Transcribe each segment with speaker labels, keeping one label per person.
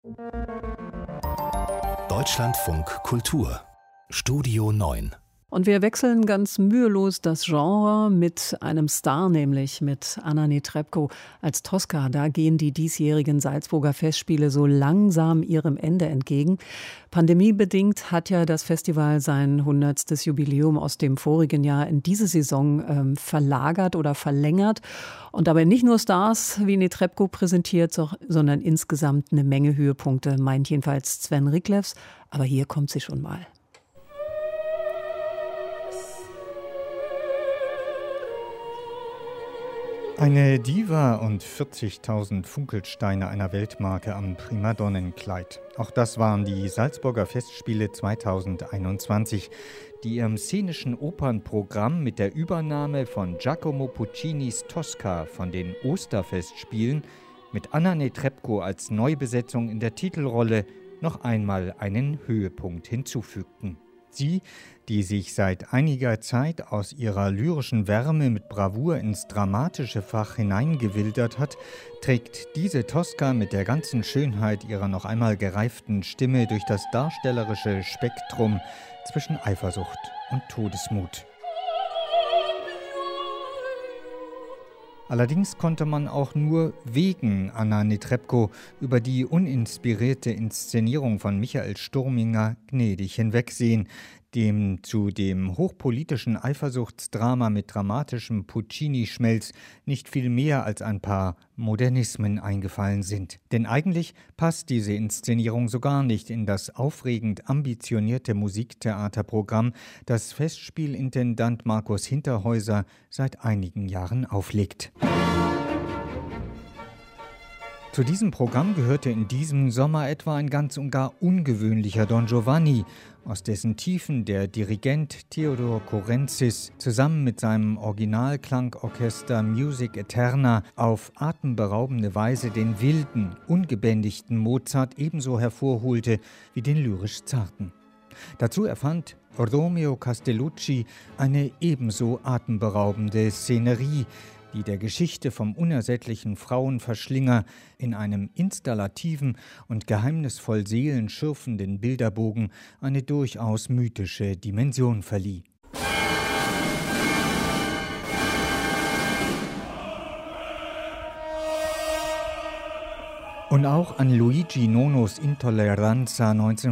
Speaker 1: Deutschlandfunk Kultur Studio 9.
Speaker 2: Und wir wechseln ganz mühelos das Genre mit einem Star, nämlich mit Anna Netrebko als Tosca. Da gehen die diesjährigen Salzburger Festspiele so langsam ihrem Ende entgegen. Pandemiebedingt hat ja das Festival sein 100. Jubiläum aus dem vorigen Jahr in diese Saison verlagert oder verlängert. Und dabei nicht nur Stars wie Netrebko präsentiert, sondern insgesamt eine Menge Höhepunkte, meint jedenfalls Sven Riklefs. Aber hier kommt sie schon mal.
Speaker 3: Eine Diva und 40.000 Funkelsteine einer Weltmarke am Primadonnenkleid. Auch das waren die Salzburger Festspiele 2021, die ihrem szenischen Opernprogramm mit der Übernahme von Giacomo Puccinis Tosca von den Osterfestspielen mit Anna Netrebko als Neubesetzung in der Titelrolle noch einmal einen Höhepunkt hinzufügten. Sie, die sich seit einiger Zeit aus ihrer lyrischen Wärme mit Bravour ins dramatische Fach hineingewildert hat, trägt diese Tosca mit der ganzen Schönheit ihrer noch einmal gereiften Stimme durch das darstellerische Spektrum zwischen Eifersucht und Todesmut. Allerdings konnte man auch nur wegen Anna Netrebko über die uninspirierte Inszenierung von Michael Sturminger gnädig hinwegsehen, dem zu dem hochpolitischen Eifersuchtsdrama mit dramatischem Puccini-Schmelz nicht viel mehr als ein paar Modernismen eingefallen sind. Denn eigentlich passt diese Inszenierung so gar nicht in das aufregend ambitionierte Musiktheaterprogramm, das Festspielintendant Markus Hinterhäuser seit einigen Jahren auflegt. Zu diesem Programm gehörte in diesem Sommer etwa ein ganz und gar ungewöhnlicher Don Giovanni, aus dessen Tiefen der Dirigent Theodor Korentzis zusammen mit seinem Originalklangorchester Music Eterna auf atemberaubende Weise den wilden, ungebändigten Mozart ebenso hervorholte wie den lyrisch Zarten. Dazu erfand Romeo Castellucci eine ebenso atemberaubende Szenerie, die der Geschichte vom unersättlichen Frauenverschlinger in einem installativen und geheimnisvoll seelenschürfenden Bilderbogen eine durchaus mythische Dimension verlieh. Und auch an Luigi Nonos Intolleranza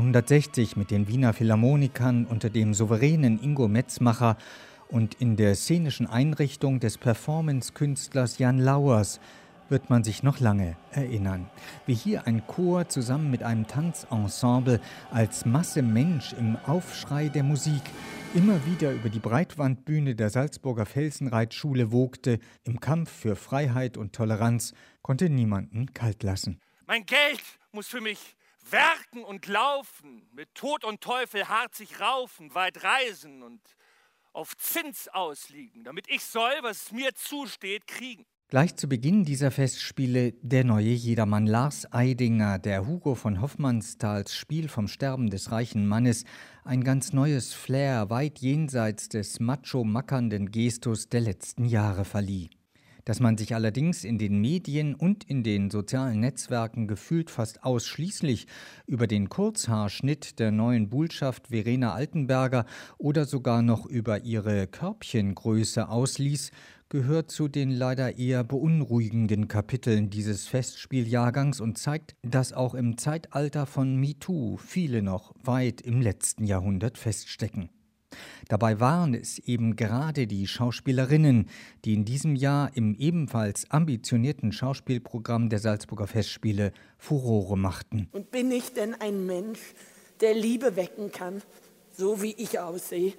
Speaker 3: 1960 mit den Wiener Philharmonikern unter dem souveränen Ingo Metzmacher und in der szenischen Einrichtung des Performance-Künstlers Jan Lauers wird man sich noch lange erinnern. Wie hier ein Chor zusammen mit einem Tanzensemble als Masse Mensch im Aufschrei der Musik immer wieder über die Breitwandbühne der Salzburger Felsenreitschule wogte, im Kampf für Freiheit und Toleranz, konnte niemanden kalt lassen.
Speaker 4: Mein Geld muss für mich werken und laufen, mit Tod und Teufel hart sich raufen, weit reisen und auf Zins ausliegen, damit ich soll, was mir zusteht, kriegen.
Speaker 3: Gleich zu Beginn dieser Festspiele der neue Jedermann Lars Eidinger, der Hugo von Hofmannsthals Spiel vom Sterben des reichen Mannes ein ganz neues Flair weit jenseits des macho-mackernden Gestus der letzten Jahre verlieh. Dass man sich allerdings in den Medien und in den sozialen Netzwerken gefühlt fast ausschließlich über den Kurzhaarschnitt der neuen Buhlschaft Verena Altenberger oder sogar noch über ihre Körbchengröße ausließ, gehört zu den leider eher beunruhigenden Kapiteln dieses Festspieljahrgangs und zeigt, dass auch im Zeitalter von MeToo viele noch weit im letzten Jahrhundert feststecken. Dabei waren es eben gerade die Schauspielerinnen, die in diesem Jahr im ebenfalls ambitionierten Schauspielprogramm der Salzburger Festspiele Furore machten.
Speaker 5: Und bin ich denn ein Mensch, der Liebe wecken kann, so wie ich aussehe?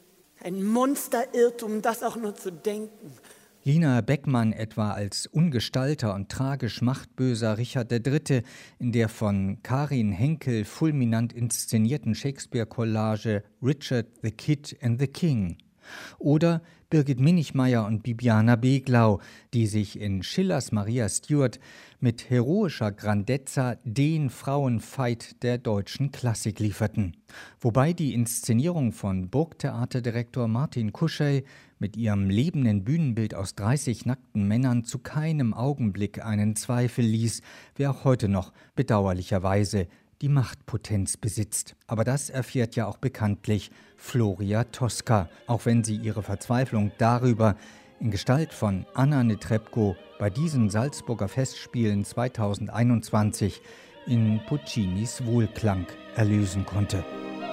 Speaker 5: Ein Monsterirrtum, das auch nur zu denken.
Speaker 3: Lina Beckmann etwa als Ungestalter und tragisch machtböser Richard III. In der von Karin Henkel fulminant inszenierten Shakespeare-Collage Richard the Kid and the King. Oder Birgit Minichmeier und Bibiana Beglau, die sich in Schillers Maria Stuart mit heroischer Grandezza den Frauenfight der deutschen Klassik lieferten. Wobei die Inszenierung von Burgtheaterdirektor Martin Kuschey mit ihrem lebenden Bühnenbild aus 30 nackten Männern zu keinem Augenblick einen Zweifel ließ, wer auch heute noch bedauerlicherweise die Machtpotenz besitzt. Aber das erfährt ja auch bekanntlich Floria Tosca, auch wenn sie ihre Verzweiflung darüber in Gestalt von Anna Netrebko bei diesen Salzburger Festspielen 2021 in Puccinis Wohlklang erlösen konnte.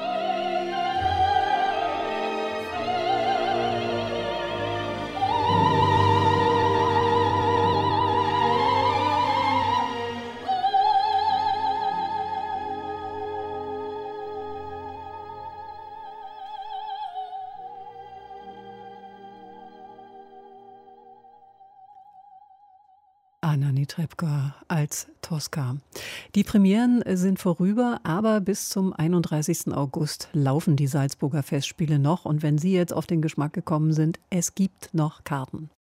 Speaker 2: Anna Netrebko als Tosca. Die Premieren sind vorüber, aber bis zum 31. August laufen die Salzburger Festspiele noch. Und wenn Sie jetzt auf den Geschmack gekommen sind, es gibt noch Karten.